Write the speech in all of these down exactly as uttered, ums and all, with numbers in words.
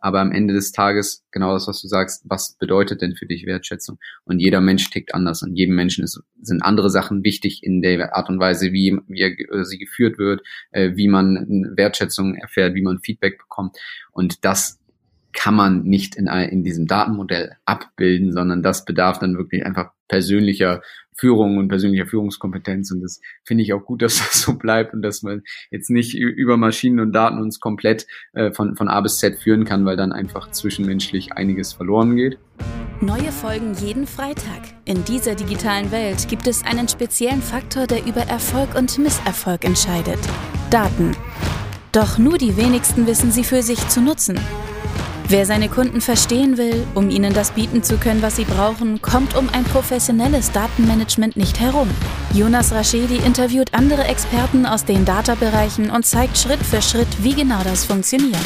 aber am Ende des Tages genau das, was du sagst, was bedeutet denn für dich Wertschätzung? Und jeder Mensch tickt anders und jedem Menschen ist, sind andere Sachen wichtig in der Art und Weise, wie, wie er, sie geführt wird, äh, wie man Wertschätzung erfährt, wie man Feedback bekommt. Und das kann man nicht in, in diesem Datenmodell abbilden, sondern das bedarf dann wirklich einfach persönlicher Führung und persönlicher Führungskompetenz. Und das finde ich auch gut, dass das so bleibt und dass man jetzt nicht über Maschinen und Daten uns komplett äh, von, von A bis Z führen kann, weil dann einfach zwischenmenschlich einiges verloren geht. Neue Folgen jeden Freitag. In dieser digitalen Welt gibt es einen speziellen Faktor, der über Erfolg und Misserfolg entscheidet. Daten. Doch nur die wenigsten wissen sie für sich zu nutzen. Wer seine Kunden verstehen will, um ihnen das bieten zu können, was sie brauchen, kommt um ein professionelles Datenmanagement nicht herum. Jonas Raschedi interviewt andere Experten aus den Data-Bereichen und zeigt Schritt für Schritt, wie genau das funktioniert.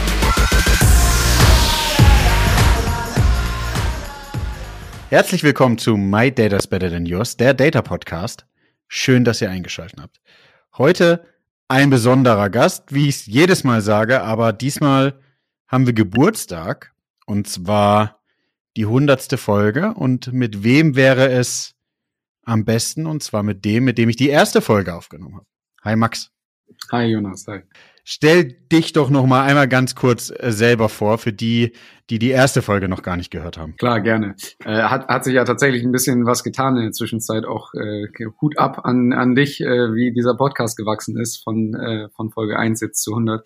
Herzlich willkommen zu My Data's Better Than Yours, der Data-Podcast. Schön, dass ihr eingeschaltet habt. Heute ein besonderer Gast, wie ich es jedes Mal sage, aber diesmal haben wir Geburtstag, und zwar die hundertste Folge. Und mit wem wäre es am besten? Und zwar mit dem, mit dem ich die erste Folge aufgenommen habe. Hi Max. Hi Jonas, hi. Stell dich doch noch mal einmal ganz kurz äh, selber vor, für die, die die erste Folge noch gar nicht gehört haben. Klar, gerne. Äh, hat, hat sich ja tatsächlich ein bisschen was getan in der Zwischenzeit. Auch äh, Hut ab an, an dich, äh, wie dieser Podcast gewachsen ist von, äh, von Folge eins jetzt zu hundert.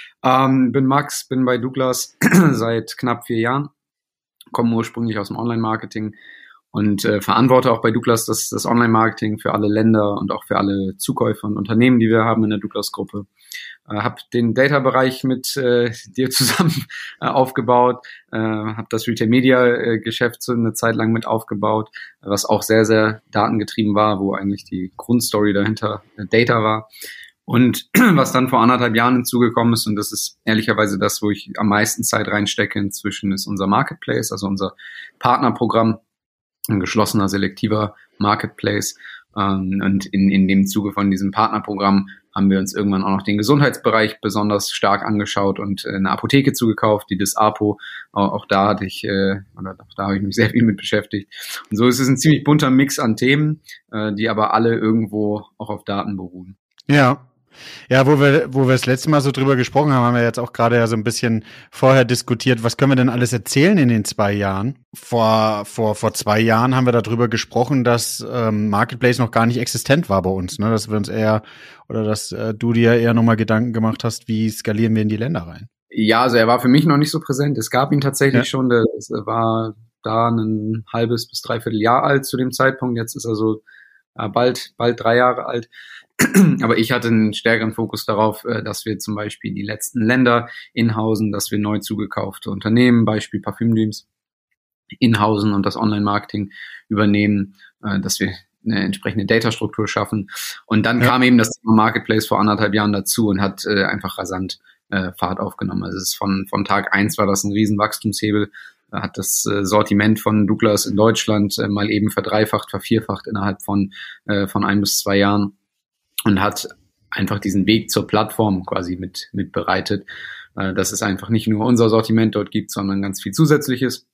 Ähm, bin Max, bin bei Douglas seit knapp vier Jahren, komme ursprünglich aus dem Online-Marketing und äh, verantworte auch bei Douglas das, das Online-Marketing für alle Länder und auch für alle Zukäufer und Unternehmen, die wir haben in der Douglas-Gruppe. Äh, habe den Data-Bereich mit äh, dir zusammen äh, aufgebaut, äh, habe das Retail-Media-Geschäft so eine Zeit lang mit aufgebaut, was auch sehr, sehr datengetrieben war, wo eigentlich die Grundstory dahinter äh, Data war. Und was dann vor anderthalb Jahren hinzugekommen ist, und das ist ehrlicherweise das, wo ich am meisten Zeit reinstecke inzwischen, ist unser Marketplace, also unser Partnerprogramm, ein geschlossener, selektiver Marketplace. Und in, in dem Zuge von diesem Partnerprogramm haben wir uns irgendwann auch noch den Gesundheitsbereich besonders stark angeschaut und eine Apotheke zugekauft, die Disapo. Auch da hatte ich, oder auch da habe ich mich sehr viel mit beschäftigt. Und so ist es ein ziemlich bunter Mix an Themen, die aber alle irgendwo auch auf Daten beruhen. Ja. Ja, wo wir, wo wir das letzte Mal so drüber gesprochen haben, haben wir jetzt auch gerade ja so ein bisschen vorher diskutiert, was können wir denn alles erzählen in den zwei Jahren? Vor, vor, vor zwei Jahren haben wir darüber gesprochen, dass ähm, Marketplace noch gar nicht existent war bei uns, ne? Dass wir uns eher, oder dass äh, du dir eher nochmal Gedanken gemacht hast, wie skalieren wir in die Länder rein? Ja, also er war für mich noch nicht so präsent. Es gab ihn tatsächlich ja. schon, der war da ein halbes bis dreiviertel Jahr alt zu dem Zeitpunkt. Jetzt ist er so äh, bald, bald drei Jahre alt. Aber ich hatte einen stärkeren Fokus darauf, dass wir zum Beispiel die letzten Länder inhausen, dass wir neu zugekaufte Unternehmen, Beispiel Parfümdreams, inhausen und das Online-Marketing übernehmen, dass wir eine entsprechende Data-Struktur schaffen. Und dann ja. kam eben das Thema Marketplace vor anderthalb Jahren dazu und hat einfach rasant Fahrt aufgenommen. Also es ist von, von Tag eins war das ein riesen Wachstumshebel, hat das Sortiment von Douglas in Deutschland mal eben verdreifacht, vervierfacht innerhalb von, von ein bis zwei Jahren. Und hat einfach diesen Weg zur Plattform quasi mit, mit bereitet, äh, dass es einfach nicht nur unser Sortiment dort gibt, sondern ganz viel Zusätzliches.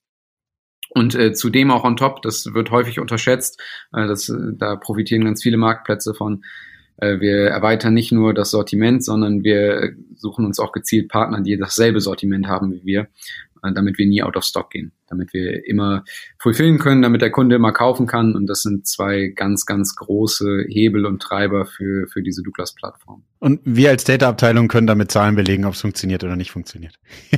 Und äh, zudem auch on top, das wird häufig unterschätzt, äh, das, da profitieren ganz viele Marktplätze von. Äh, wir erweitern nicht nur das Sortiment, sondern wir suchen uns auch gezielt Partner, die dasselbe Sortiment haben wie wir, äh, damit wir nie out of stock gehen, damit wir immer fulfillen können, damit der Kunde immer kaufen kann. Und das sind zwei ganz, ganz große Hebel und Treiber für, für diese Douglas-Plattform. Und wir als Data-Abteilung können damit Zahlen belegen, ob es funktioniert oder nicht funktioniert.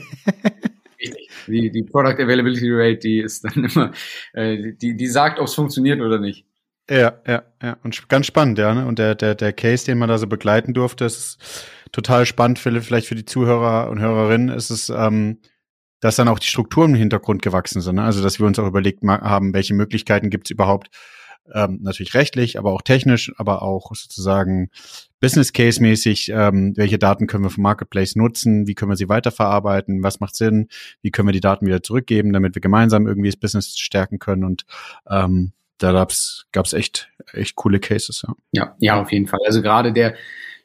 Richtig. Die, die Product Availability Rate, die ist dann immer, äh, die, die sagt, ob es funktioniert oder nicht. Ja, ja, ja. Und ganz spannend, ja. Ne? Und der, der, der Case, den man da so begleiten durfte, ist total spannend. Für, vielleicht für die Zuhörer und Hörerinnen ist es, ähm, dass dann auch die Strukturen im Hintergrund gewachsen sind. Ne? Also, dass wir uns auch überlegt haben, welche Möglichkeiten gibt es überhaupt, ähm, natürlich rechtlich, aber auch technisch, aber auch sozusagen Business Case mäßig, ähm, welche Daten können wir vom Marketplace nutzen, wie können wir sie weiterverarbeiten, was macht Sinn, wie können wir die Daten wieder zurückgeben, damit wir gemeinsam irgendwie das Business stärken können. Und ähm, da gab's gab's echt echt coole Cases. Ja. ja, ja, auf jeden Fall. Also gerade der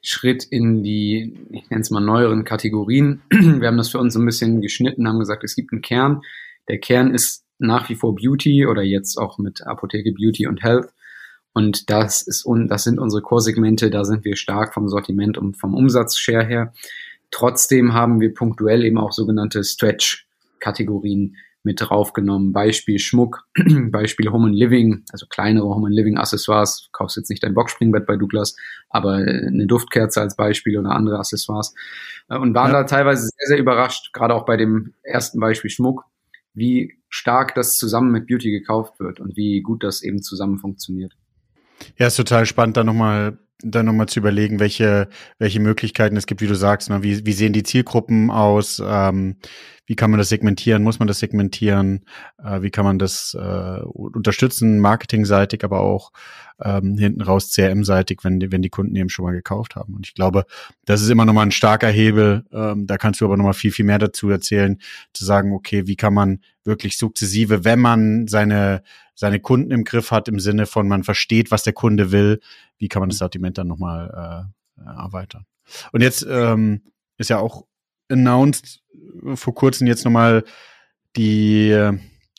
Schritt in die, ich nenne es mal neueren Kategorien. Wir haben das für uns so ein bisschen geschnitten, haben gesagt, es gibt einen Kern. Der Kern ist nach wie vor Beauty oder jetzt auch mit Apotheke Beauty und Health. Und das ist, das sind unsere Core-Segmente, da sind wir stark vom Sortiment und vom Umsatzshare her. Trotzdem haben wir punktuell eben auch sogenannte Stretch-Kategorien mit draufgenommen. Beispiel Schmuck, Beispiel Home and Living, also kleinere Home and Living Accessoires. Du kaufst jetzt nicht dein Boxspringbett bei Douglas, aber eine Duftkerze als Beispiel oder andere Accessoires. Und waren ja. da teilweise sehr, sehr überrascht, gerade auch bei dem ersten Beispiel Schmuck, wie stark das zusammen mit Beauty gekauft wird und wie gut das eben zusammen funktioniert. Ja, ist total spannend, da nochmal dann nochmal zu überlegen, welche welche Möglichkeiten es gibt, wie du sagst, ne? wie wie sehen die Zielgruppen aus, ähm, wie kann man das segmentieren, muss man das segmentieren, äh, wie kann man das äh, unterstützen, marketingseitig, aber auch ähm, hinten raus C R M-seitig, wenn die, wenn die Kunden eben schon mal gekauft haben. Und ich glaube, das ist immer nochmal ein starker Hebel, ähm, da kannst du aber nochmal viel, viel mehr dazu erzählen, zu sagen, okay, wie kann man wirklich sukzessive, wenn man seine seine Kunden im Griff hat, im Sinne von, man versteht, was der Kunde will, wie kann man das Sortiment dann nochmal äh, erweitern. Und jetzt ähm, ist ja auch announced vor kurzem jetzt nochmal die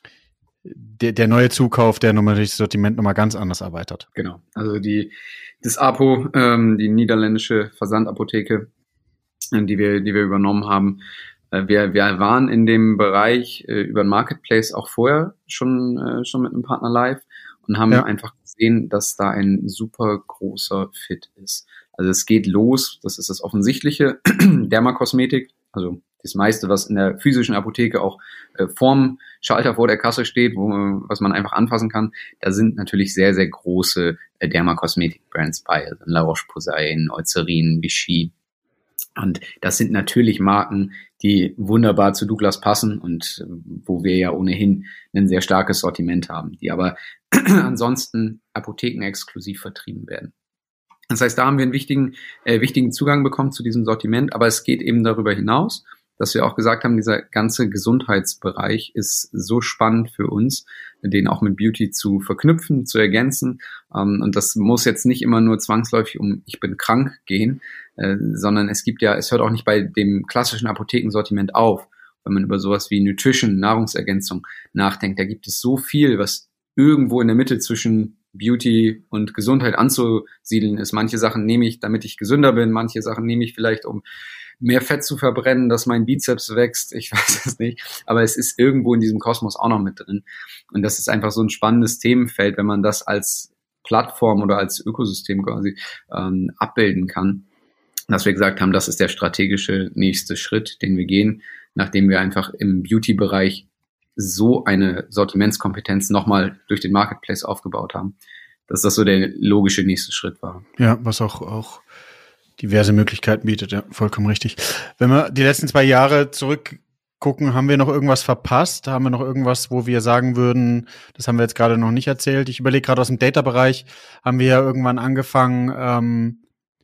der, der neue Zukauf, der nochmal das Sortiment nochmal ganz anders erweitert. Genau, also die das Apo, ähm, die niederländische Versandapotheke, die wir die wir übernommen haben. Wir, wir waren in dem Bereich äh, über den Marketplace auch vorher schon äh, schon mit einem Partner live und haben ja. einfach gesehen, dass da ein super großer Fit ist. Also es geht los, das ist das Offensichtliche, Dermakosmetik, also das meiste, was in der physischen Apotheke auch äh, vorm Schalter vor der Kasse steht, wo was man einfach anfassen kann, da sind natürlich sehr, sehr große äh, Dermakosmetik-Brands bei, also La Roche-Posay, Eucerin, Vichy. Und das sind natürlich Marken, die wunderbar zu Douglas passen und wo wir ja ohnehin ein sehr starkes Sortiment haben, die aber ansonsten apothekenexklusiv vertrieben werden. Das heißt, da haben wir einen wichtigen, äh, wichtigen Zugang bekommen zu diesem Sortiment, aber es geht eben darüber hinaus, dass wir auch gesagt haben, dieser ganze Gesundheitsbereich ist so spannend für uns, den auch mit Beauty zu verknüpfen, zu ergänzen. Ähm, und das muss jetzt nicht immer nur zwangsläufig um ich bin krank gehen, äh, sondern es gibt ja, es hört auch nicht bei dem klassischen Apothekensortiment auf. Wenn man über sowas wie Nutrition, Nahrungsergänzung nachdenkt, da gibt es so viel, was irgendwo in der Mitte zwischen Beauty und Gesundheit anzusiedeln ist. Manche Sachen nehme ich, damit ich gesünder bin, manche Sachen nehme ich vielleicht, um mehr Fett zu verbrennen, dass mein Bizeps wächst, ich weiß es nicht, aber es ist irgendwo in diesem Kosmos auch noch mit drin. Und das ist einfach so ein spannendes Themenfeld, wenn man das als Plattform oder als Ökosystem quasi ähm, abbilden kann, dass wir gesagt haben, das ist der strategische nächste Schritt, den wir gehen, nachdem wir einfach im Beauty-Bereich so eine Sortimentskompetenz nochmal durch den Marketplace aufgebaut haben, dass das so der logische nächste Schritt war. Ja, was auch, auch diverse Möglichkeiten bietet, ja, vollkommen richtig. Wenn wir die letzten zwei Jahre zurückgucken, haben wir noch irgendwas verpasst? Haben wir noch irgendwas, wo wir sagen würden, das haben wir jetzt gerade noch nicht erzählt? Ich überlege gerade aus dem Data-Bereich, haben wir ja irgendwann angefangen, ähm,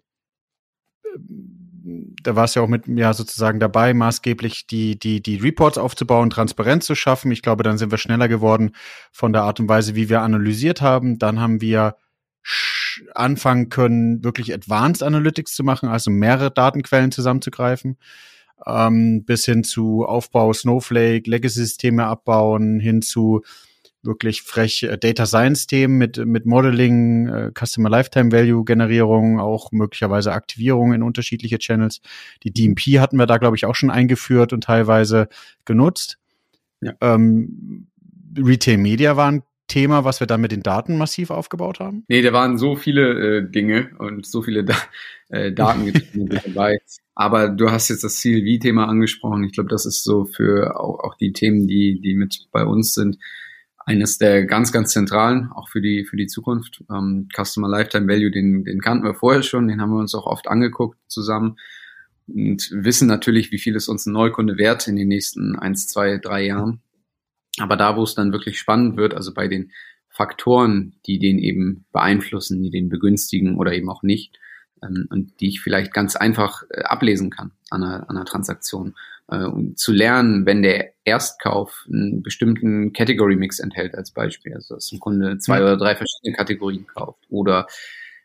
da war es ja auch mit, ja, sozusagen dabei, maßgeblich die, die, die Reports aufzubauen, Transparenz zu schaffen. Ich glaube, dann sind wir schneller geworden von der Art und Weise, wie wir analysiert haben. Dann haben wir anfangen können, wirklich Advanced Analytics zu machen, also mehrere Datenquellen zusammenzugreifen, ähm, bis hin zu Aufbau Snowflake, Legacy-Systeme abbauen, hin zu wirklich frech äh, Data Science-Themen mit mit Modeling, äh, Customer Lifetime Value Generierung, auch möglicherweise Aktivierung in unterschiedliche Channels. Die D M P hatten wir da, glaube ich, auch schon eingeführt und teilweise genutzt. Ja. Ähm, Retail Media war ein Thema, was wir da mit den Daten massiv aufgebaut haben? Nee, da waren so viele äh, Dinge und so viele da äh, Daten dabei. Aber du hast jetzt das C L V-Thema angesprochen. Ich glaube, das ist so für auch, auch die Themen, die die mit bei uns sind, eines der ganz, ganz zentralen, auch für die für die Zukunft. Ähm, Customer Lifetime Value, den den kannten wir vorher schon, den haben wir uns auch oft angeguckt zusammen und wissen natürlich, wie viel es uns ein Neukunde wert in den nächsten eins, zwei, drei Jahren. Aber da, wo es dann wirklich spannend wird, also bei den Faktoren, die den eben beeinflussen, die den begünstigen oder eben auch nicht, ähm, und die ich vielleicht ganz einfach äh, ablesen kann an einer, an einer Transaktion, äh, um zu lernen, wenn der Erstkauf einen bestimmten Category Mix enthält als Beispiel, also dass ein Kunde zwei oder drei verschiedene Kategorien kauft oder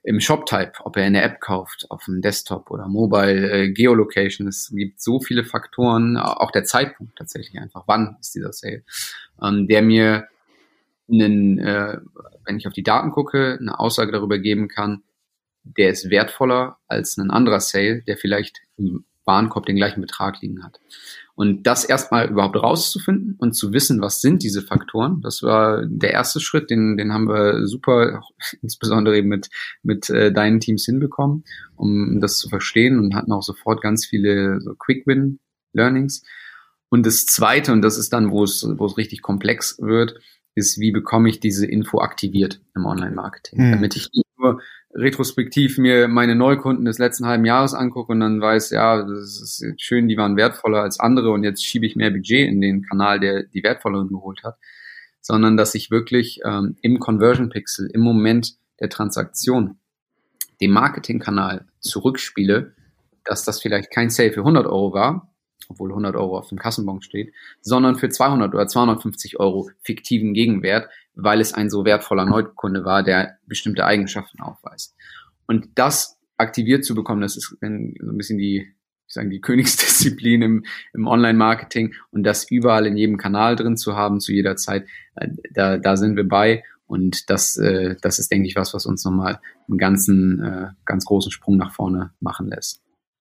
im Shop-Type, ob er eine App kauft, auf dem Desktop oder Mobile, äh, Geolocation. Es gibt so viele Faktoren, auch der Zeitpunkt tatsächlich einfach. Wann ist dieser Sale? Ähm, der mir einen, äh, wenn ich auf die Daten gucke, eine Aussage darüber geben kann, der ist wertvoller als ein anderer Sale, der vielleicht im Warenkorb den gleichen Betrag liegen hat. Und das erstmal überhaupt rauszufinden und zu wissen, was sind diese Faktoren, das war der erste Schritt, den, den haben wir super, insbesondere eben mit, mit äh, deinen Teams hinbekommen, um das zu verstehen, und hatten auch sofort ganz viele so Quick-Win-Learnings. Und das Zweite, und das ist dann, wo es, wo es richtig komplex wird, ist, wie bekomme ich diese Info aktiviert im Online-Marketing, mhm. damit ich nicht nur retrospektiv mir meine Neukunden des letzten halben Jahres angucke und dann weiß, ja, das ist schön, die waren wertvoller als andere und jetzt schiebe ich mehr Budget in den Kanal, der die wertvolleren geholt hat, sondern dass ich wirklich ähm, im Conversion Pixel, im Moment der Transaktion, dem Marketingkanal zurückspiele, dass das vielleicht kein Sale für hundert Euro war, obwohl hundert Euro auf dem Kassenbon steht, sondern für zweihundert oder zweihundertfünfzig Euro fiktiven Gegenwert, weil es ein so wertvoller Neukunde war, der bestimmte Eigenschaften aufweist. Und das aktiviert zu bekommen, das ist ein, so ein bisschen die, ich sage, die Königsdisziplin im, im Online-Marketing, und das überall in jedem Kanal drin zu haben, zu jeder Zeit, da, da sind wir bei. Und das, äh, das ist, denke ich, was, was uns nochmal einen ganzen, äh, ganz großen Sprung nach vorne machen lässt.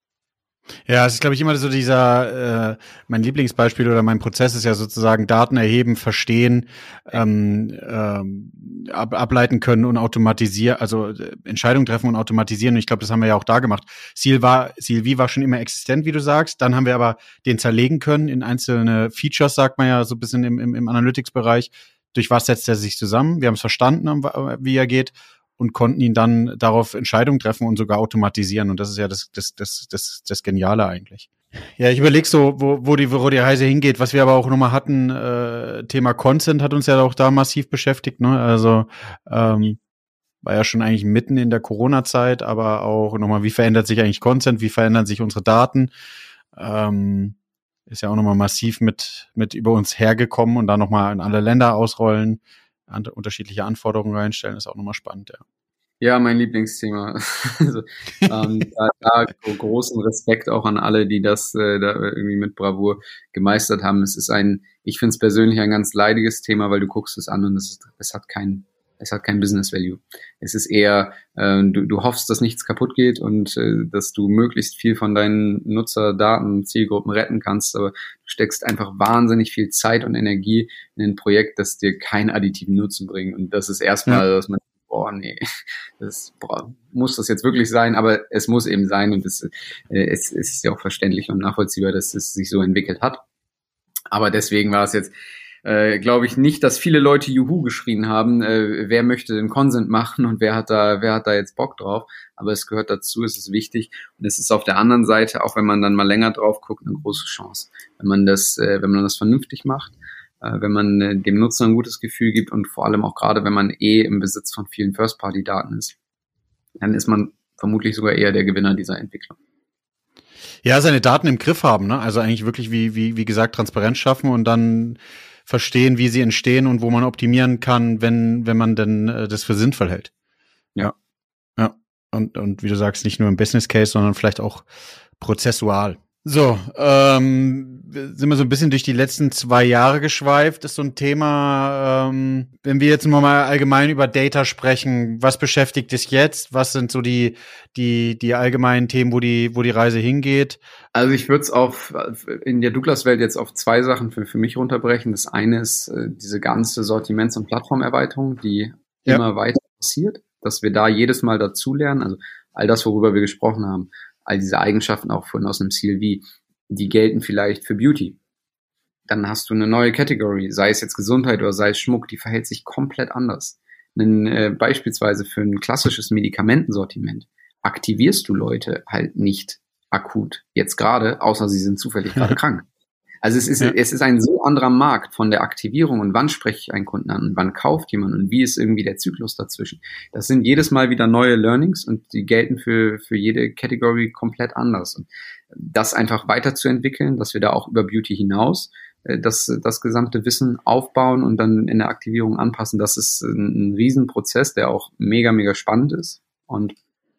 Ja, es ist, glaube ich, immer so dieser, äh, mein Lieblingsbeispiel oder mein Prozess ist ja sozusagen Daten erheben, verstehen, ähm, ähm, ab, ableiten können und automatisieren, also äh, Entscheidungen treffen und automatisieren. Und ich glaube, das haben wir ja auch da gemacht. Ziel war, Sylvie war schon immer existent, wie du sagst. Dann haben wir aber den zerlegen können in einzelne Features, sagt man ja so ein bisschen im, im, im Analytics-Bereich. Durch was setzt er sich zusammen? Wir haben es verstanden, wie er geht, und konnten ihn dann darauf Entscheidungen treffen und sogar automatisieren. Und das ist ja das, das, das, das, das Geniale eigentlich. Ja, ich überlege so, wo, wo die, wo die Reise hingeht. Was wir aber auch nochmal hatten, äh, Thema Consent hat uns ja auch da massiv beschäftigt, ne? Also, ähm, war ja schon eigentlich mitten in der Corona-Zeit, aber auch nochmal, wie verändert sich eigentlich Consent? Wie verändern sich unsere Daten? Ähm, ist ja auch nochmal massiv mit, mit über uns hergekommen und da nochmal in alle Länder ausrollen, an, unterschiedliche Anforderungen reinstellen, ist auch nochmal spannend, ja. Ja, mein Lieblingsthema. Also, ähm, da, da großen Respekt auch an alle, die das äh, da irgendwie mit Bravour gemeistert haben. Es ist ein, ich finde es persönlich ein ganz leidiges Thema, weil du guckst es an und es, es hat kein, es hat kein Business Value. Es ist eher, äh, du, du hoffst, dass nichts kaputt geht und äh, dass du möglichst viel von deinen Nutzerdaten, Zielgruppen retten kannst, aber du steckst einfach wahnsinnig viel Zeit und Energie in ein Projekt, das dir keinen additiven Nutzen bringt. Und das ist erstmal, ja. dass man boah, nee, das boah, muss das jetzt wirklich sein, aber es muss eben sein, und es, äh, es, es ist ja auch verständlich und nachvollziehbar, dass es sich so entwickelt hat. Aber deswegen war es jetzt, äh, glaube ich, nicht, dass viele Leute Juhu geschrien haben, äh, wer möchte den Consent machen und wer hat da, wer hat da jetzt Bock drauf. Aber es gehört dazu, es ist wichtig, und es ist auf der anderen Seite, auch wenn man dann mal länger drauf guckt, eine große Chance, wenn man das, äh, wenn man das vernünftig macht, wenn man äh, dem Nutzer ein gutes Gefühl gibt und vor allem auch gerade, wenn man eh im Besitz von vielen First-Party-Daten ist, dann ist man vermutlich sogar eher der Gewinner dieser Entwicklung. Ja, seine Daten im Griff haben, ne? Also eigentlich wirklich, wie, wie, wie gesagt, Transparenz schaffen und dann verstehen, wie sie entstehen und wo man optimieren kann, wenn, wenn man denn äh, das für sinnvoll hält. Ja. Ja. Und, und wie du sagst, nicht nur im Business Case, sondern vielleicht auch prozessual. So, ähm, sind wir so ein bisschen durch die letzten zwei Jahre geschweift. Das ist so ein Thema, ähm, wenn wir jetzt mal allgemein über Data sprechen, was beschäftigt dich jetzt? Was sind so die die die allgemeinen Themen, wo die wo die Reise hingeht? Also ich würde es auf in der Douglas-Welt jetzt auf zwei Sachen für für mich runterbrechen. Das eine ist äh, diese ganze Sortiments- und Plattformerweiterung, die ja. immer weiter passiert, dass wir da jedes Mal dazulernen. Also all das, worüber wir gesprochen haben. All diese Eigenschaften auch von aus einem C L V, die gelten vielleicht für Beauty. Dann hast du eine neue Category, sei es jetzt Gesundheit oder sei es Schmuck, die verhält sich komplett anders. Einen, äh, beispielsweise für ein klassisches Medikamentensortiment aktivierst du Leute halt nicht akut, jetzt gerade, außer sie sind zufällig gerade krank. Also es ist, ja. es ist ein so anderer Markt von der Aktivierung und wann spreche ich einen Kunden an und wann kauft jemand und wie ist irgendwie der Zyklus dazwischen. Das sind jedes Mal wieder neue Learnings und die gelten für, für jede Category komplett anders. Und das einfach weiterzuentwickeln, dass wir da auch über Beauty hinaus das, das gesamte Wissen aufbauen und dann in der Aktivierung anpassen, das ist ein, ein Riesenprozess, der auch mega, mega spannend ist Und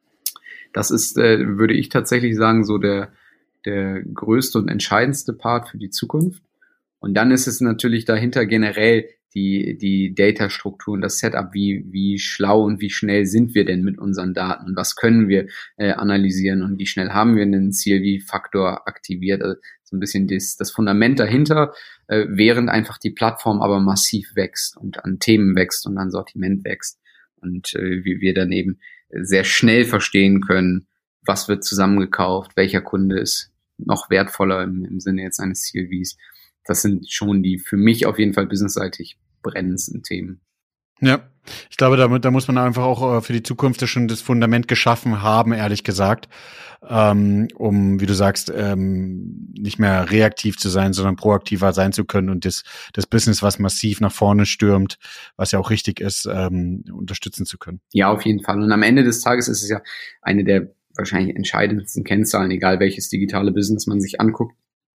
das ist, äh, würde ich tatsächlich sagen, so der, der größte und entscheidendste Part für die Zukunft. Und dann ist es natürlich dahinter generell die, die Data-Struktur und das Setup, wie, wie schlau und wie schnell sind wir denn mit unseren Daten und was können wir äh, analysieren und wie schnell haben wir einen C L V-Faktor aktiviert. Also so ein bisschen das, das Fundament dahinter, äh, während einfach die Plattform aber massiv wächst und an Themen wächst und an Sortiment wächst und äh, wie wir dann eben sehr schnell verstehen können, was wird zusammengekauft, welcher Kunde ist noch wertvoller im, im Sinne jetzt eines C L Vs. Das sind schon die für mich auf jeden Fall businessseitig brennendsten Themen. Ja, ich glaube, da, da muss man einfach auch für die Zukunft schon das Fundament geschaffen haben, ehrlich gesagt, ähm, um, wie du sagst, ähm, nicht mehr reaktiv zu sein, sondern proaktiver sein zu können und das, das Business, was massiv nach vorne stürmt, was ja auch richtig ist, ähm, unterstützen zu können. Ja, auf jeden Fall. Und am Ende des Tages ist es ja eine der wahrscheinlich entscheidendsten Kennzahlen, egal welches digitale Business man sich anguckt,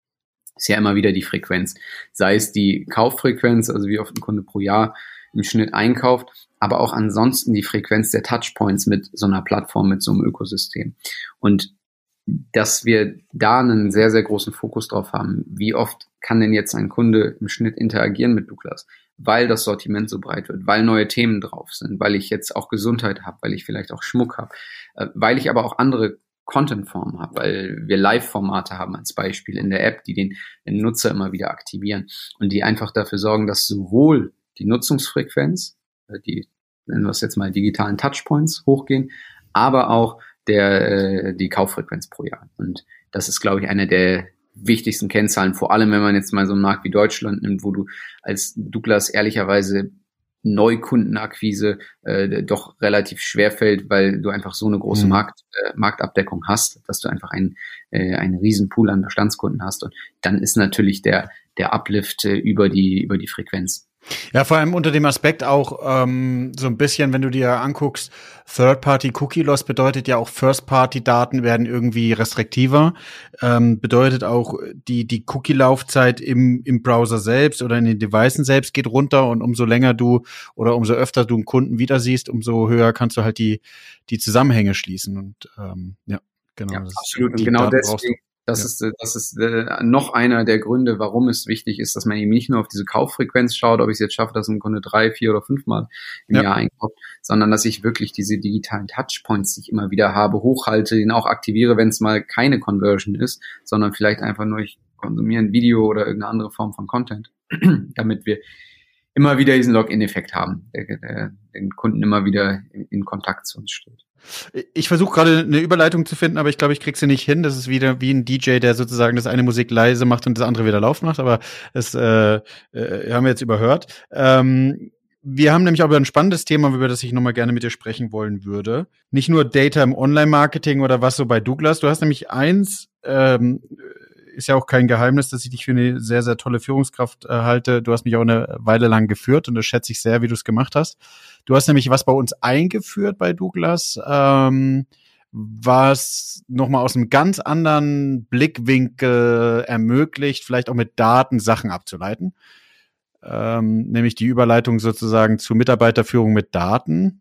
ist ja immer wieder die Frequenz. Sei es die Kauffrequenz, also wie oft ein Kunde pro Jahr im Schnitt einkauft, aber auch ansonsten die Frequenz der Touchpoints mit so einer Plattform, mit so einem Ökosystem. Und dass wir da einen sehr, sehr großen Fokus drauf haben. Wie oft kann denn jetzt ein Kunde im Schnitt interagieren mit Douglas? Weil das Sortiment so breit wird, weil neue Themen drauf sind, weil ich jetzt auch Gesundheit habe, weil ich vielleicht auch Schmuck habe, weil ich aber auch andere Content-Form habe, weil wir Live-Formate haben als Beispiel in der App, die den, den Nutzer immer wieder aktivieren und die einfach dafür sorgen, dass sowohl die Nutzungsfrequenz, die, nennen wir es jetzt mal digitalen Touchpoints hochgehen, aber auch der die Kauffrequenz pro Jahr. Und das ist, glaube ich, eine der wichtigsten Kennzahlen, vor allem wenn man jetzt mal so einen Markt wie Deutschland nimmt, wo du als Douglas ehrlicherweise Neukundenakquise äh, doch relativ schwer fällt, weil du einfach so eine große mhm. Markt, äh, Marktabdeckung hast, dass du einfach einen, äh, einen riesen Pool an Bestandskunden hast. Und dann ist natürlich der, der Uplift äh, über die, über die Frequenz. Ja, vor allem unter dem Aspekt auch ähm, so ein bisschen, wenn du dir anguckst, Third-Party-Cookie-Loss bedeutet ja auch First-Party-Daten werden irgendwie restriktiver, ähm, bedeutet auch die die Cookie-Laufzeit im im Browser selbst oder in den Devices selbst geht runter und umso länger du oder umso öfter du einen Kunden wieder siehst, umso höher kannst du halt die die Zusammenhänge schließen und ähm, ja, genau. Ja, das absolut. Ist, und genau Daten deswegen Das ja. ist, das ist äh, noch einer der Gründe, warum es wichtig ist, dass man eben nicht nur auf diese Kauffrequenz schaut, ob ich es jetzt schaffe, dass ein Kunde drei, vier oder fünfmal im ja. Jahr einkauft, sondern dass ich wirklich diese digitalen Touchpoints, die ich immer wieder habe, hochhalte, ihn auch aktiviere, wenn es mal keine Conversion ist, sondern vielleicht einfach nur ich konsumiere ein Video oder irgendeine andere Form von Content, damit wir immer wieder diesen Login-Effekt haben, der, der den Kunden immer wieder in, in Kontakt zu uns steht. Ich versuche gerade eine Überleitung zu finden, aber ich glaube, ich krieg sie nicht hin. Das ist wieder wie ein D J, der sozusagen das eine Musik leise macht und das andere wieder laufen macht, aber das äh, äh, haben wir jetzt überhört. Ähm, wir haben nämlich auch über ein spannendes Thema, über das ich nochmal gerne mit dir sprechen wollen würde. Nicht nur Data im Online-Marketing oder was so bei Douglas. Du hast nämlich eins, ähm, ist ja auch kein Geheimnis, dass ich dich für eine sehr, sehr tolle Führungskraft äh, halte. Du hast mich auch eine Weile lang geführt und das schätze ich sehr, wie du es gemacht hast. Du hast nämlich was bei uns eingeführt bei Douglas, ähm, was nochmal aus einem ganz anderen Blickwinkel ermöglicht, vielleicht auch mit Daten Sachen abzuleiten. Ähm, nämlich die Überleitung sozusagen zu Mitarbeiterführung mit Daten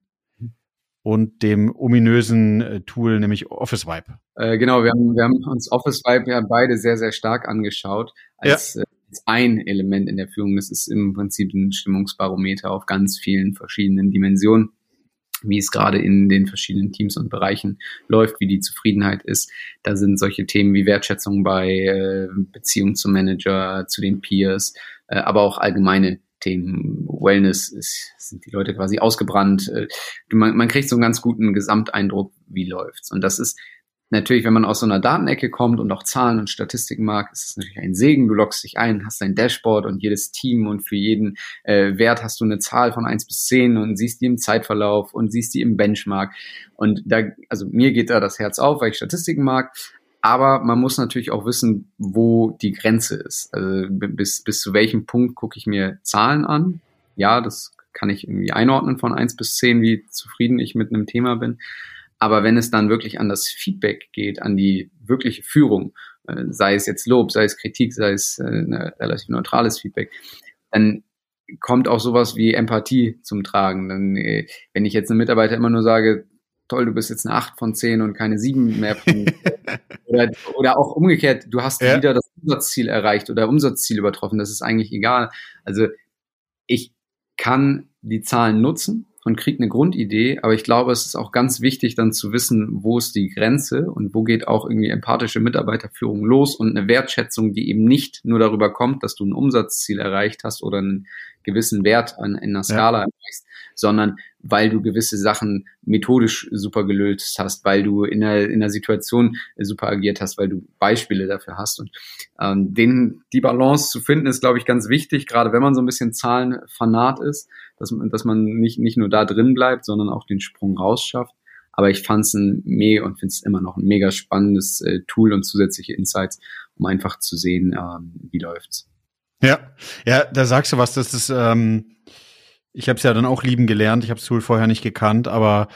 und dem ominösen äh, Tool, nämlich Office Vibe. Äh, genau, wir haben, wir haben uns Office Vibe ja beide sehr, sehr stark angeschaut als, ja. äh, als ein Element in der Führung. Das ist im Prinzip ein Stimmungsbarometer auf ganz vielen verschiedenen Dimensionen, wie es gerade in den verschiedenen Teams und Bereichen läuft, wie die Zufriedenheit ist. Da sind solche Themen wie Wertschätzung bei äh, Beziehung zum Manager, zu den Peers, äh, aber auch allgemeine Themen, Wellness, ist, sind die Leute quasi ausgebrannt. Man, man kriegt so einen ganz guten Gesamteindruck, wie läuft's. Und das ist natürlich, wenn man aus so einer Datenecke kommt und auch Zahlen und Statistiken mag, ist es natürlich ein Segen. Du loggst dich ein, hast dein Dashboard und jedes Team und für jeden äh, Wert hast du eine Zahl von eins bis zehn und siehst die im Zeitverlauf und siehst die im Benchmark. Und da, also mir geht da das Herz auf, weil ich Statistiken mag. Aber man muss natürlich auch wissen, wo die Grenze ist. Also bis, bis zu welchem Punkt gucke ich mir Zahlen an. Ja, das kann ich irgendwie einordnen von eins bis zehn, wie zufrieden ich mit einem Thema bin. Aber wenn es dann wirklich an das Feedback geht, an die wirkliche Führung, sei es jetzt Lob, sei es Kritik, sei es ein relativ neutrales Feedback, dann kommt auch sowas wie Empathie zum Tragen. Dann, wenn ich jetzt einem Mitarbeiter immer nur sage, toll, du bist jetzt eine acht von zehn und keine sieben mehr von oder, oder auch umgekehrt, du hast ja. wieder das Umsatzziel erreicht oder Umsatzziel übertroffen, das ist eigentlich egal. Also ich kann die Zahlen nutzen und kriege eine Grundidee, aber ich glaube, es ist auch ganz wichtig, dann zu wissen, wo ist die Grenze und wo geht auch irgendwie empathische Mitarbeiterführung los und eine Wertschätzung, die eben nicht nur darüber kommt, dass du ein Umsatzziel erreicht hast oder einen gewissen Wert an, in einer Skala ja. erreichst, sondern weil du gewisse Sachen methodisch super gelöst hast, weil du in der, in der Situation super agiert hast, weil du Beispiele dafür hast. Und ähm, den, die Balance zu finden, ist, glaube ich, ganz wichtig, gerade wenn man so ein bisschen Zahlenfanat ist, dass man, dass man nicht, nicht nur da drin bleibt, sondern auch den Sprung rausschafft. Aber ich fand es ein mega und finde es immer noch ein mega spannendes äh, Tool und zusätzliche Insights, um einfach zu sehen, ähm, wie läuft's. Ja, ja, da sagst du was, das ist, ähm, ich habe es ja dann auch lieben gelernt, ich habe das Tool vorher nicht gekannt, aber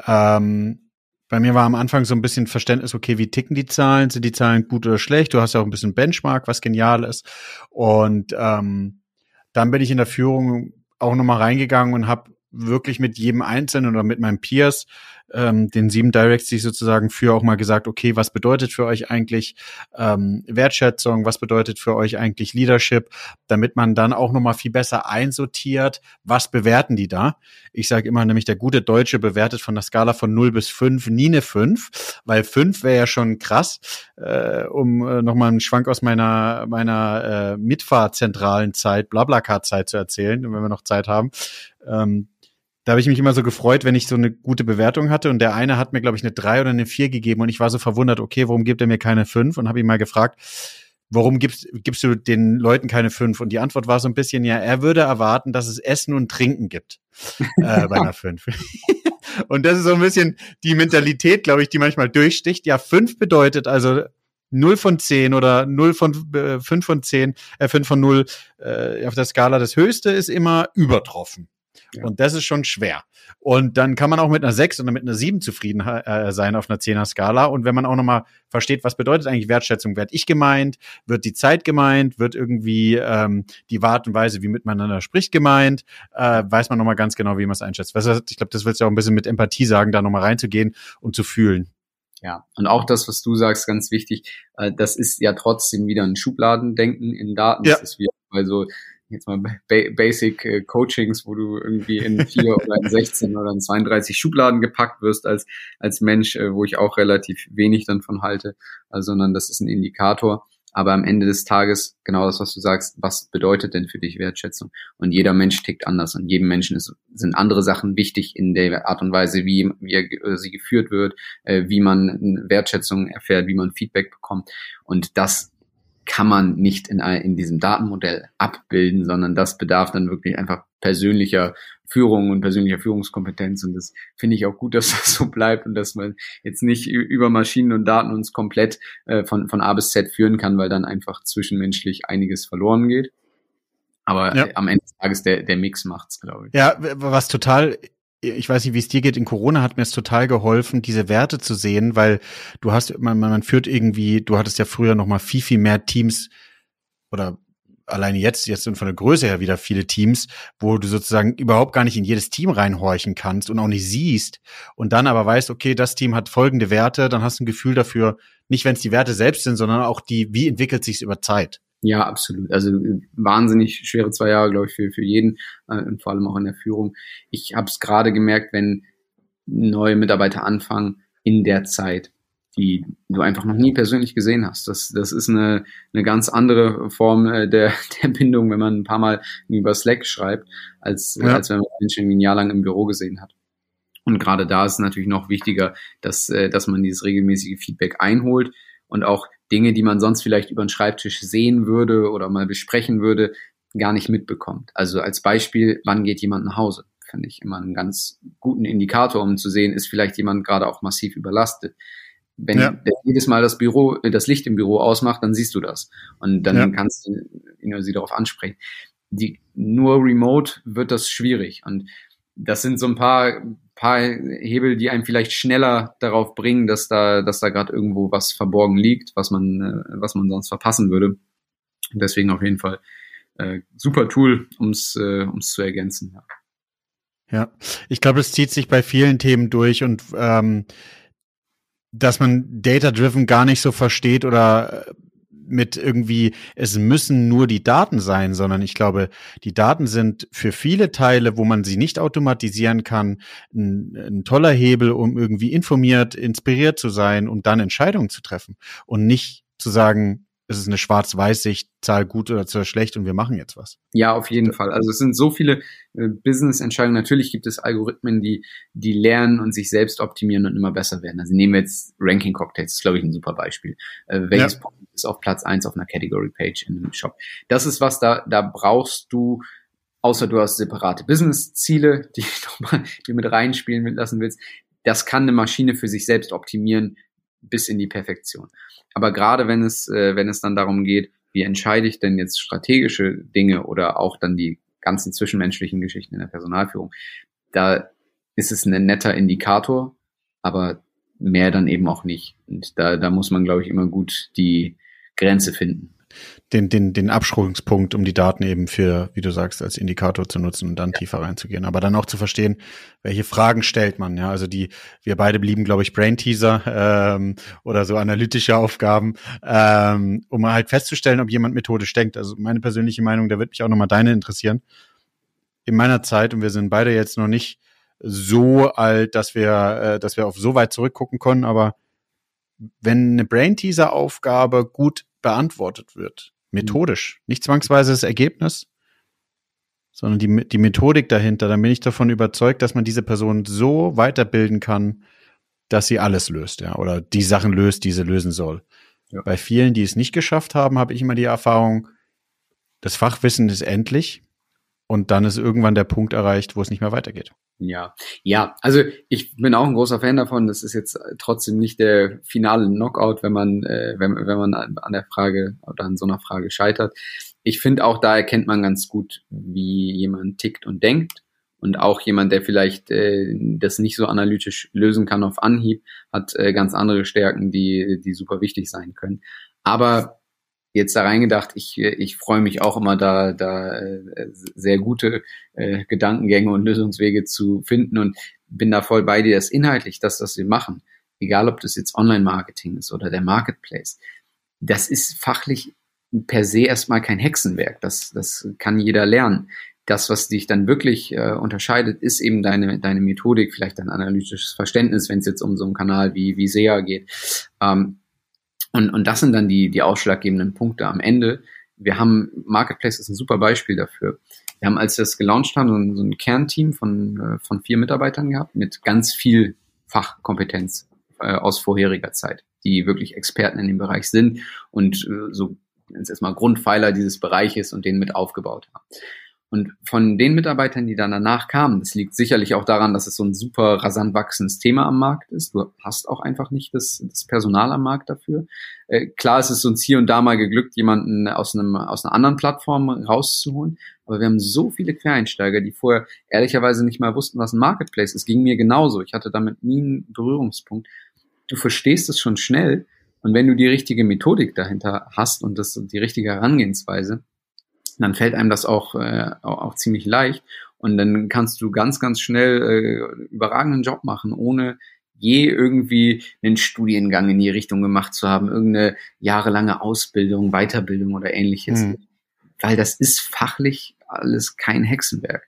ähm, bei mir war am Anfang so ein bisschen Verständnis, okay, wie ticken die Zahlen, sind die Zahlen gut oder schlecht, du hast ja auch ein bisschen Benchmark, was genial ist und ähm, dann bin ich in der Führung auch nochmal reingegangen und habe wirklich mit jedem Einzelnen oder mit meinen Peers, ähm, den sieben Directs, die ich sozusagen führe, auch mal gesagt, okay, was bedeutet für euch eigentlich ähm, Wertschätzung, was bedeutet für euch eigentlich Leadership, damit man dann auch nochmal viel besser einsortiert, was bewerten die da? Ich sage immer nämlich, der gute Deutsche bewertet von der Skala von null bis fünf nie eine fünf, weil fünf wäre ja schon krass, äh, um äh, nochmal einen Schwank aus meiner meiner äh, Mitfahrzentralen Zeit, Blablacar-Zeit zu erzählen, wenn wir noch Zeit haben. Ähm, Da habe ich mich immer so gefreut, wenn ich so eine gute Bewertung hatte und der eine hat mir, glaube ich, eine drei oder eine vier gegeben und ich war so verwundert, okay, warum gibt er mir keine fünf? Und habe ihn mal gefragt, warum gibst, gibst du den Leuten keine fünf? Und die Antwort war so ein bisschen, ja, er würde erwarten, dass es Essen und Trinken gibt äh, bei einer fünf. Und das ist so ein bisschen die Mentalität, glaube ich, die manchmal durchsticht. Ja, fünf bedeutet also null von zehn oder null von äh, fünf von zehn, äh, fünf von null äh, auf der Skala. Das Höchste ist immer übertroffen. Ja. Und das ist schon schwer. Und dann kann man auch mit einer sechs oder mit einer sieben zufrieden äh, sein auf einer Zehner-Skala. Und wenn man auch nochmal versteht, was bedeutet eigentlich Wertschätzung? Werd ich gemeint? Wird die Zeit gemeint? Wird irgendwie ähm, die Art und Weise, wie miteinander spricht, gemeint? Äh, weiß man nochmal ganz genau, wie man es einschätzt. Was, ich glaube, das willst du auch ein bisschen mit Empathie sagen, da nochmal reinzugehen und zu fühlen. Ja, und auch das, was du sagst, ganz wichtig, äh, das ist ja trotzdem wieder ein Schubladendenken in Daten. Ja. Das ist wieder bei so jetzt mal ba- Basic äh, Coachings, wo du irgendwie in vier oder in sechzehn oder in zweiunddreißig Schubladen gepackt wirst als als Mensch, äh, wo ich auch relativ wenig dann von halte, also, sondern das ist ein Indikator. Aber am Ende des Tages, genau das, was du sagst, was bedeutet denn für dich Wertschätzung? Und jeder Mensch tickt anders und jedem Menschen ist, sind andere Sachen wichtig in der Art und Weise, wie, wie er, sie geführt wird, äh, wie man Wertschätzung erfährt, wie man Feedback bekommt. Und das kann man nicht in, in diesem Datenmodell abbilden, sondern das bedarf dann wirklich einfach persönlicher Führung und persönlicher Führungskompetenz. Und das finde ich auch gut, dass das so bleibt und dass man jetzt nicht über Maschinen und Daten uns komplett äh, von, von A bis Z führen kann, weil dann einfach zwischenmenschlich einiges verloren geht. Aber ja. am Ende des Tages der, der Mix macht's, glaube ich. Ja, was total... Ich weiß nicht, wie es dir geht. In Corona hat mir es total geholfen, diese Werte zu sehen, weil du hast, man, man führt irgendwie, du hattest ja früher noch mal viel, viel mehr Teams oder alleine jetzt, jetzt sind von der Größe her wieder viele Teams, wo du sozusagen überhaupt gar nicht in jedes Team reinhorchen kannst und auch nicht siehst und dann aber weißt, okay, das Team hat folgende Werte, dann hast du ein Gefühl dafür, nicht wenn es die Werte selbst sind, sondern auch die, wie entwickelt sich es über Zeit. Ja, absolut. Also wahnsinnig schwere zwei Jahre, glaube ich, für für jeden äh, und vor allem auch in der Führung. Ich habe es gerade gemerkt, wenn neue Mitarbeiter anfangen in der Zeit, die du einfach noch nie persönlich gesehen hast. Das das ist eine eine ganz andere Form äh, der der Bindung, wenn man ein paar Mal über Slack schreibt, als ja. als wenn man Menschen ein Jahr lang im Büro gesehen hat. Und gerade da ist es natürlich noch wichtiger, dass äh, dass man dieses regelmäßige Feedback einholt und auch Dinge, die man sonst vielleicht über den Schreibtisch sehen würde oder mal besprechen würde, gar nicht mitbekommt. Also als Beispiel, wann geht jemand nach Hause? Finde ich immer einen ganz guten Indikator, um zu sehen, ist vielleicht jemand gerade auch massiv überlastet. Wenn ja. der jedes Mal das Büro, das Licht im Büro ausmacht, dann siehst du das. Und dann ja. kannst du ihn oder sie darauf ansprechen. Die, nur remote wird das schwierig. Und das sind so ein paar, paar Hebel, die einem vielleicht schneller darauf bringen, dass da, dass da gerade irgendwo was verborgen liegt, was man, was man sonst verpassen würde. Und deswegen auf jeden Fall äh, super Tool, ums, äh, ums zu ergänzen. Ja. Ja, ich glaube, es zieht sich bei vielen Themen durch und ähm, dass man Data-Driven gar nicht so versteht oder mit irgendwie, es müssen nur die Daten sein, sondern ich glaube, die Daten sind für viele Teile, wo man sie nicht automatisieren kann, ein, ein toller Hebel, um irgendwie informiert, inspiriert zu sein und dann Entscheidungen zu treffen und nicht zu sagen, es ist eine Schwarz-Weiß-Sicht, Zahl gut oder Zahl schlecht und wir machen jetzt was. Ja, auf jeden Fall. Also es sind so viele äh, Business-Entscheidungen. Natürlich gibt es Algorithmen, die die lernen und sich selbst optimieren und immer besser werden. Also nehmen wir jetzt Ranking-Cocktails, das ist, glaube ich, ein super Beispiel. Äh, welches ja. Produkt ist auf Platz eins auf einer Category-Page in einem Shop? Das ist was, da da brauchst du, außer du hast separate Business-Ziele, die du mal die mit reinspielen lassen willst, das kann eine Maschine für sich selbst optimieren bis in die Perfektion. Aber gerade wenn es, äh, wenn es dann darum geht, wie entscheide ich denn jetzt strategische Dinge oder auch dann die ganzen zwischenmenschlichen Geschichten in der Personalführung, da ist es ein netter Indikator, aber mehr dann eben auch nicht. Und da, da muss man, glaube ich, immer gut die Grenze finden. Den, den, den Absprungspunkt, um die Daten eben für, wie du sagst, als Indikator zu nutzen und dann ja. tiefer reinzugehen. Aber dann auch zu verstehen, welche Fragen stellt man. Ja, also die, wir beide blieben, glaube ich, Brain-Teaser ähm, oder so analytische Aufgaben, ähm, um halt festzustellen, ob jemand methodisch denkt. Also meine persönliche Meinung, da wird mich auch nochmal deine interessieren. In meiner Zeit, und wir sind beide jetzt noch nicht so alt, dass wir, äh, dass wir auf so weit zurückgucken können, aber wenn eine Brain-Teaser-Aufgabe gut beantwortet wird, methodisch, nicht zwangsweise das Ergebnis, sondern die, die Methodik dahinter, dann bin ich davon überzeugt, dass man diese Person so weiterbilden kann, dass sie alles löst, ja, oder die Sachen löst, die sie lösen soll. Ja. Bei vielen, die es nicht geschafft haben, habe ich immer die Erfahrung, das Fachwissen ist endlich und dann ist irgendwann der Punkt erreicht, wo es nicht mehr weitergeht. Ja, ja, also ich bin auch ein großer Fan davon. Das ist jetzt trotzdem nicht der finale Knockout, wenn man, äh, wenn, wenn man an der Frage oder an so einer Frage scheitert. Ich finde auch, da erkennt man ganz gut, wie jemand tickt und denkt. Und auch jemand, der vielleicht äh, das nicht so analytisch lösen kann auf Anhieb, hat äh, ganz andere Stärken, die, die super wichtig sein können. Aber jetzt da reingedacht, ich ich freue mich auch immer da da äh, sehr gute äh, Gedankengänge und Lösungswege zu finden und bin da voll bei dir, dass inhaltlich das, was wir machen, egal ob das jetzt Online-Marketing ist oder der Marketplace, das ist fachlich per se erstmal kein Hexenwerk, das das kann jeder lernen. Das, was dich dann wirklich äh, unterscheidet, ist eben deine deine Methodik, vielleicht dein analytisches Verständnis, wenn es jetzt um so einen Kanal wie wie S E A geht. Ähm, Und, und das sind dann die, die ausschlaggebenden Punkte am Ende. Wir haben, Marketplace ist ein super Beispiel dafür. Wir haben, als wir das gelauncht haben, so ein, so ein Kernteam von, von vier Mitarbeitern gehabt, mit ganz viel Fachkompetenz äh, aus vorheriger Zeit, die wirklich Experten in dem Bereich sind und äh, so jetzt erstmal Grundpfeiler dieses Bereiches und den mit aufgebaut haben. Und von den Mitarbeitern, die dann danach kamen, das liegt sicherlich auch daran, dass es so ein super rasant wachsendes Thema am Markt ist. Du hast auch einfach nicht das, das Personal am Markt dafür. Äh, klar, es ist uns hier und da mal geglückt, jemanden aus einem aus einer anderen Plattform rauszuholen. Aber wir haben so viele Quereinsteiger, die vorher ehrlicherweise nicht mal wussten, was ein Marketplace ist. Ging mir genauso. Ich hatte damit nie einen Berührungspunkt. Du verstehst es schon schnell. Und wenn du die richtige Methodik dahinter hast und das die richtige Herangehensweise, dann fällt einem das auch, äh, auch, auch ziemlich leicht. Und dann kannst du ganz, ganz schnell äh, überragenden Job machen, ohne je irgendwie einen Studiengang in die Richtung gemacht zu haben, irgendeine jahrelange Ausbildung, Weiterbildung oder ähnliches. Mhm. Weil das ist fachlich alles kein Hexenwerk.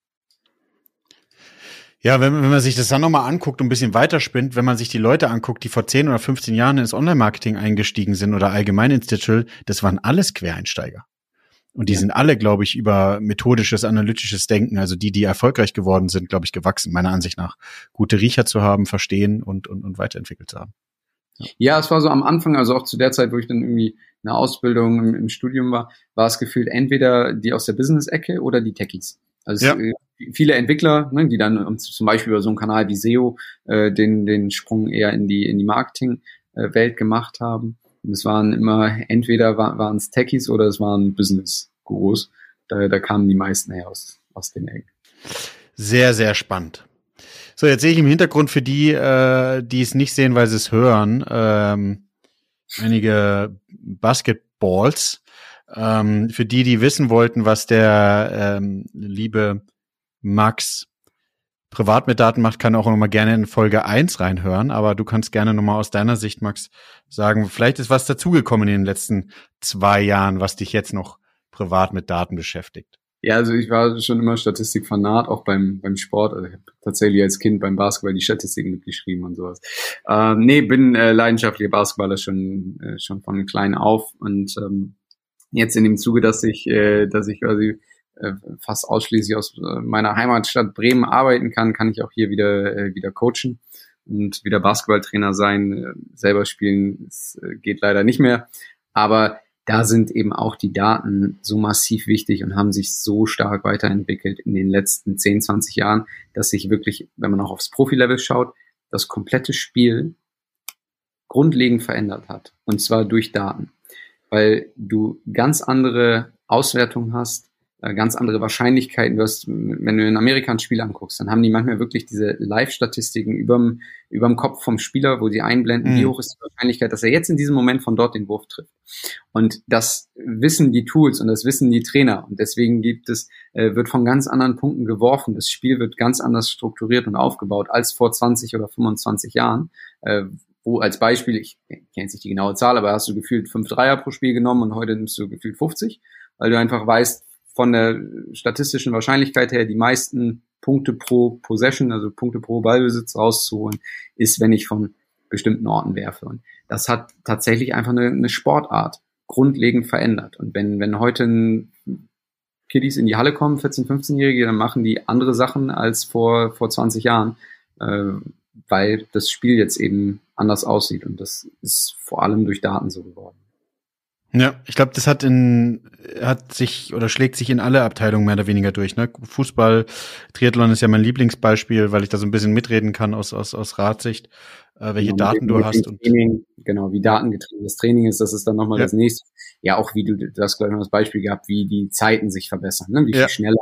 Ja, wenn, wenn man sich das dann nochmal anguckt und ein bisschen weiterspinnt, wenn man sich die Leute anguckt, die vor zehn oder fünfzehn Jahren ins Online-Marketing eingestiegen sind oder allgemein ins Digital, das waren alles Quereinsteiger. Und die ja. sind alle, glaube ich, über methodisches, analytisches Denken, also die, die erfolgreich geworden sind, glaube ich, gewachsen, meiner Ansicht nach. Gute Riecher zu haben, verstehen und, und, und weiterentwickelt zu haben. Ja. ja, es war so am Anfang, also auch zu der Zeit, wo ich dann irgendwie eine Ausbildung im, im Studium war, war es gefühlt entweder die aus der Business-Ecke oder die Techies. Also ja. es, viele Entwickler, ne, die dann zum Beispiel über so einen Kanal wie S E O äh, den, den Sprung eher in die, in die Marketing-Welt gemacht haben. Und es waren immer, entweder waren es Techies oder es waren Business-Gurus. Da, da kamen die meisten her aus, aus den Ecken. Sehr, sehr spannend. So, jetzt sehe ich im Hintergrund für die, äh, die es nicht sehen, weil sie es hören, ähm, einige Basketballs. Ähm, für die, die wissen wollten, was der ähm, liebe Max privat mit Daten macht, kann auch noch mal gerne in Folge eins reinhören, aber du kannst gerne noch mal aus deiner Sicht, Max, sagen, vielleicht ist was dazugekommen in den letzten zwei Jahren, was dich jetzt noch privat mit Daten beschäftigt. Ja, also ich war schon immer Statistikfanat, auch beim beim Sport. Also ich habe tatsächlich als Kind beim Basketball die Statistiken mitgeschrieben und sowas. Ähm, nee, bin äh, leidenschaftlicher Basketballer schon äh, schon von klein auf und ähm, jetzt in dem Zuge, dass ich äh, dass ich quasi äh, fast ausschließlich aus äh, meiner Heimatstadt Bremen arbeiten kann, kann ich auch hier wieder äh, wieder coachen und wieder Basketballtrainer sein. Äh, selber spielen es, äh, geht leider nicht mehr, aber da sind eben auch die Daten so massiv wichtig und haben sich so stark weiterentwickelt in den letzten zehn, zwanzig Jahren, dass sich wirklich, wenn man auch aufs Profilevel schaut, das komplette Spiel grundlegend verändert hat. Und zwar durch Daten. Weil du ganz andere Auswertungen hast, ganz andere Wahrscheinlichkeiten. Du hast, wenn du in Amerika ein Spiel anguckst, dann haben die manchmal wirklich diese Live-Statistiken überm, überm Kopf vom Spieler, wo sie einblenden, mhm. wie hoch ist die Wahrscheinlichkeit, dass er jetzt in diesem Moment von dort den Wurf trifft. Und das wissen die Tools und das wissen die Trainer. Und deswegen gibt es, äh, wird von ganz anderen Punkten geworfen. Das Spiel wird ganz anders strukturiert und aufgebaut als vor zwanzig oder fünfundzwanzig Jahren, äh, wo als Beispiel, ich kenne jetzt nicht die genaue Zahl, aber hast du gefühlt fünf Dreier pro Spiel genommen und heute nimmst du gefühlt fünfzig, weil du einfach weißt, von der statistischen Wahrscheinlichkeit her die meisten Punkte pro Possession, also Punkte pro Ballbesitz rauszuholen, ist, wenn ich von bestimmten Orten werfe. Und das hat tatsächlich einfach eine, eine Sportart grundlegend verändert. Und wenn, wenn heute ein Kiddies in die Halle kommen, vierzehn-, fünfzehnjährige, dann machen die andere Sachen als vor, vor zwanzig Jahren, äh, weil das Spiel jetzt eben anders aussieht. Und das ist vor allem durch Daten so geworden. Ja, ich glaube, das hat in hat sich oder schlägt sich in alle Abteilungen mehr oder weniger durch. Ne? Fußball, Triathlon ist ja mein Lieblingsbeispiel, weil ich da so ein bisschen mitreden kann aus aus aus Radsicht, äh, welche genau, Daten du hast. Und Training, genau, wie datengetriebenes Training ist, das ist dann nochmal ja. das nächste. Ja, auch wie du, du hast gleich noch das Beispiel gehabt, wie die Zeiten sich verbessern, ne? wie viel ja. schneller.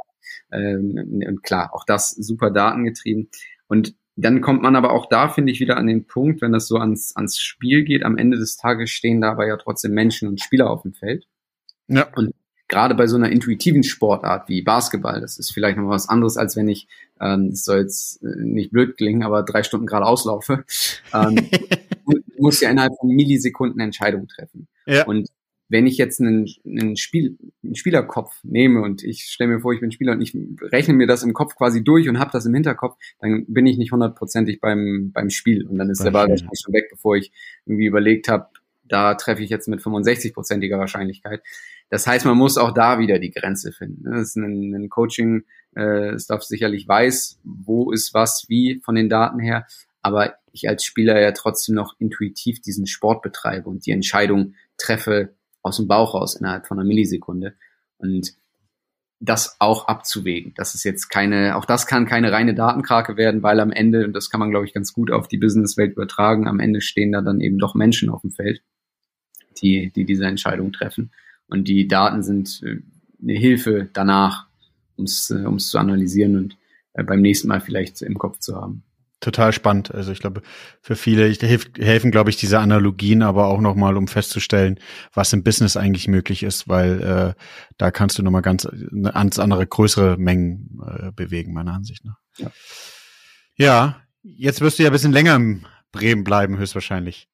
Ähm, und klar, auch das super datengetrieben. Und dann kommt man aber auch da, finde ich, wieder an den Punkt, wenn das so ans, ans Spiel geht. Am Ende des Tages stehen dabei ja trotzdem Menschen und Spieler auf dem Feld. Ja. Und gerade bei so einer intuitiven Sportart wie Basketball, das ist vielleicht noch was anderes, als wenn ich, ähm, das soll jetzt nicht blöd klingen, aber drei Stunden gerade auslaufe, ähm, muss ja innerhalb von Millisekunden Entscheidungen treffen. Ja. Und wenn ich jetzt einen, einen, Spiel, einen Spielerkopf nehme und ich stelle mir vor, ich bin Spieler und ich rechne mir das im Kopf quasi durch und habe das im Hinterkopf, dann bin ich nicht hundertprozentig beim beim Spiel und dann ist der Ball wahrscheinlich schon weg, bevor ich irgendwie überlegt habe, da treffe ich jetzt mit fünfundsechzig-prozentiger Wahrscheinlichkeit. Das heißt, man muss auch da wieder die Grenze finden. Das ist ein, ein Coaching, äh, Staff sicherlich weiß, wo ist was, wie von den Daten her, aber ich als Spieler ja trotzdem noch intuitiv diesen Sport betreibe und die Entscheidung treffe, aus dem Bauch raus innerhalb von einer Millisekunde und das auch abzuwägen. Das ist jetzt keine, auch das kann keine reine Datenkrake werden, weil am Ende, und das kann man, glaube ich, ganz gut auf die Businesswelt übertragen, am Ende stehen da dann eben doch Menschen auf dem Feld, die, die diese Entscheidung treffen. Und die Daten sind eine Hilfe danach, um es um es zu analysieren und beim nächsten Mal vielleicht im Kopf zu haben. Total spannend. Also ich glaube, für viele hilft, helfen, glaube ich, diese Analogien, aber auch nochmal, um festzustellen, was im Business eigentlich möglich ist, weil äh, da kannst du nochmal ganz, ganz andere, größere Mengen äh, bewegen, meiner Ansicht nach. Ja. ja, jetzt wirst du ja ein bisschen länger in Bremen bleiben, höchstwahrscheinlich.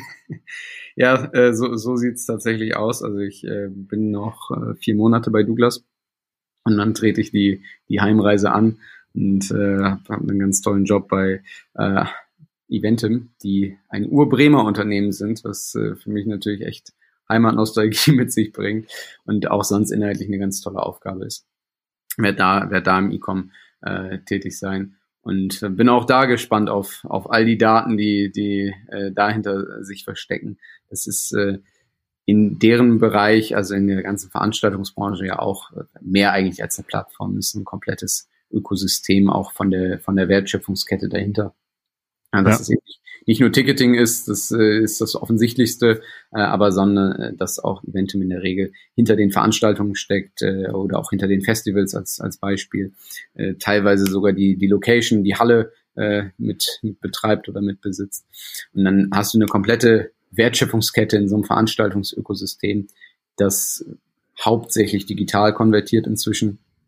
ja, äh, so, so sieht's tatsächlich aus. Also ich äh, bin noch äh, vier Monate bei Douglas und dann trete ich die, die Heimreise an. Und äh, habe hab einen ganz tollen Job bei äh, Eventim, die ein Ur-Bremer Unternehmen sind, was äh, für mich natürlich echt Heimatnostalgie mit sich bringt und auch sonst inhaltlich eine ganz tolle Aufgabe ist. Werde da, werd da im E-Com äh, tätig sein und äh, bin auch da gespannt auf auf all die Daten, die die äh, dahinter sich verstecken. Das ist äh, in deren Bereich, also in der ganzen Veranstaltungsbranche ja auch mehr eigentlich als eine Plattform. Das ist ein komplettes Ökosystem auch von der von der Wertschöpfungskette dahinter. Ja, dass ja. es eben nicht nur Ticketing ist, das äh, ist das Offensichtlichste, äh, aber sondern äh, dass auch Eventim in der Regel hinter den Veranstaltungen steckt äh, oder auch hinter den Festivals als als Beispiel. Äh, teilweise sogar die die Location, die Halle äh, mit, mit betreibt oder mit besitzt. Und dann hast du eine komplette Wertschöpfungskette in so einem Veranstaltungsökosystem, das hauptsächlich digital konvertiert inzwischen.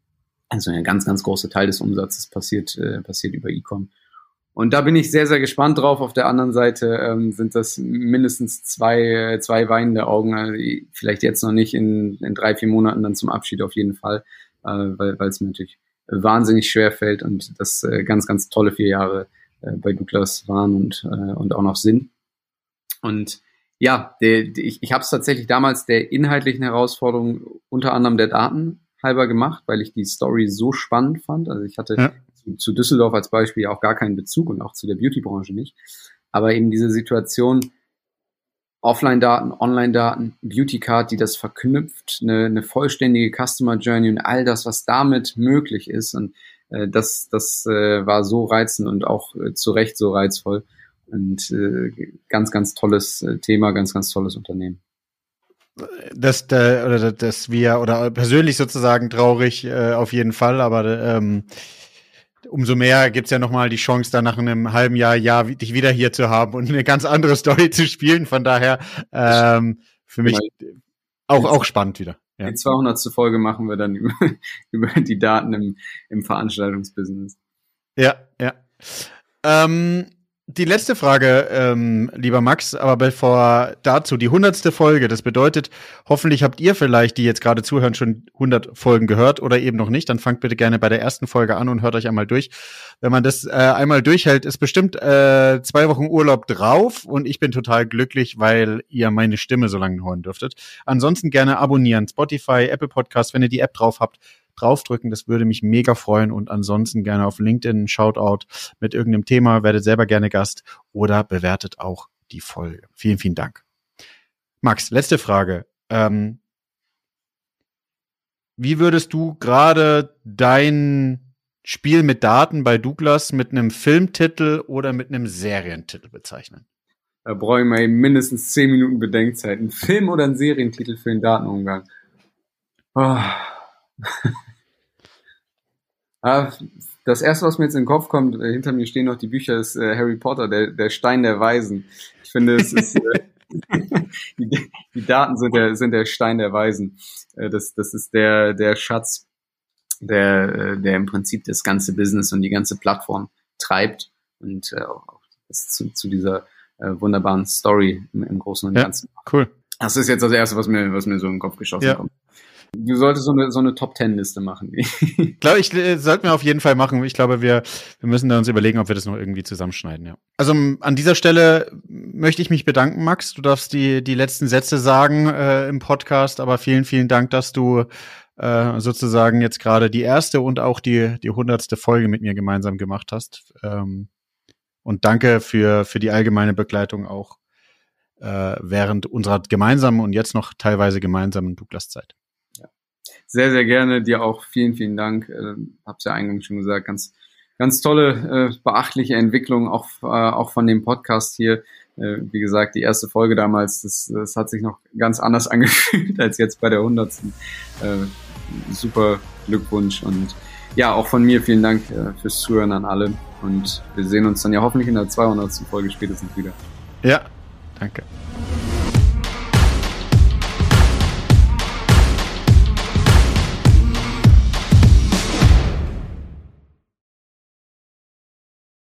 Also ein ganz, ganz großer Teil des Umsatzes passiert, äh, passiert über E-Com. Und da bin ich sehr, sehr gespannt drauf. Auf der anderen Seite ähm, sind das mindestens zwei, zwei weinende Augen. Also vielleicht jetzt noch nicht, in, in drei, vier Monaten dann zum Abschied auf jeden Fall, äh, weil weil es mir natürlich wahnsinnig schwer fällt und das äh, ganz, ganz tolle vier Jahre äh, bei Douglas waren und, äh, und auch noch sind. Und ja, der, der, ich, ich habe es tatsächlich damals der inhaltlichen Herausforderung unter anderem der Daten halber gemacht, weil ich die Story so spannend fand. Also ich hatte ja. zu, zu Düsseldorf als Beispiel auch gar keinen Bezug und auch zu der Beauty-Branche nicht. Aber eben diese Situation, Offline-Daten, Online-Daten, Beauty-Card, die das verknüpft, eine, eine vollständige Customer Journey und all das, was damit möglich ist. Und äh, das, das äh, war so reizend und auch äh, zu Recht so reizvoll. Und äh, ganz, ganz tolles äh, Thema, ganz, ganz tolles Unternehmen. Das, äh, oder das wir, oder persönlich sozusagen traurig äh, auf jeden Fall, aber ähm, umso mehr gibt's ja nochmal die Chance, dann nach einem halben Jahr, Jahr dich wieder hier zu haben und eine ganz andere Story zu spielen. Von daher ähm, für mich auch, auch spannend wieder. Ja. Die zweihundertste Folge machen wir dann über, über die Daten im, im Veranstaltungsbusiness. Ja, ja. Ähm, Die letzte Frage, ähm, lieber Max, aber bevor dazu, die hundertste Folge, das bedeutet, hoffentlich habt ihr vielleicht, die jetzt gerade zuhören, schon hundert Folgen gehört oder eben noch nicht, dann fangt bitte gerne bei der ersten Folge an und hört euch einmal durch. Wenn man das äh, einmal durchhält, ist bestimmt äh, zwei Wochen Urlaub drauf und ich bin total glücklich, weil ihr meine Stimme so lange hören dürftet. Ansonsten gerne abonnieren, Spotify, Apple Podcast, wenn ihr die App drauf habt, draufdrücken, das würde mich mega freuen und ansonsten gerne auf LinkedIn Shoutout mit irgendeinem Thema, werdet selber gerne Gast oder bewertet auch die Folge. Vielen, vielen Dank. Max, letzte Frage. Ähm, wie würdest du gerade dein Spiel mit Daten bei Douglas mit einem Filmtitel oder mit einem Serientitel bezeichnen? Da brauche ich mal mindestens zehn Minuten Bedenkzeit. Ein Film oder ein Serientitel für den Datenumgang? Oh. Das erste, was mir jetzt in den Kopf kommt, hinter mir stehen noch die Bücher, ist äh, Harry Potter, der, der Stein der Weisen. Ich finde, es ist äh, die, die Daten sind der, sind der Stein der Weisen. Äh, das, das ist der, der Schatz, der, der im Prinzip das ganze Business und die ganze Plattform treibt und äh, auch das zu, zu dieser äh, wunderbaren Story im, im Großen und Ganzen. Ja, cool. Das ist jetzt das Erste, was mir, was mir so in den Kopf geschossen ja. kommt. Du solltest so eine, so eine Top-Ten-Liste machen. Ich glaube, ich äh, sollten wir auf jeden Fall machen. Ich glaube, wir, wir müssen da uns überlegen, ob wir das noch irgendwie zusammenschneiden, ja. Also an dieser Stelle möchte ich mich bedanken, Max. Du darfst die, die letzten Sätze sagen äh, im Podcast, aber vielen, vielen Dank, dass du äh, sozusagen jetzt gerade die erste und auch die, die hundertste Folge mit mir gemeinsam gemacht hast. Ähm, und danke für, für die allgemeine Begleitung auch äh, während unserer gemeinsamen und jetzt noch teilweise gemeinsamen Douglas-Zeit. Sehr, sehr gerne. Dir auch vielen, vielen Dank. Äh, hab's ja eingangs schon gesagt. Ganz, ganz tolle, äh, beachtliche Entwicklung auch, äh, auch von dem Podcast hier. Äh, wie gesagt, die erste Folge damals, das, das hat sich noch ganz anders angefühlt als jetzt bei der hundertsten. Äh, super Glückwunsch und ja, auch von mir vielen Dank äh, fürs Zuhören an alle und wir sehen uns dann ja hoffentlich in der zweihundertsten Folge spätestens wieder. Ja, danke.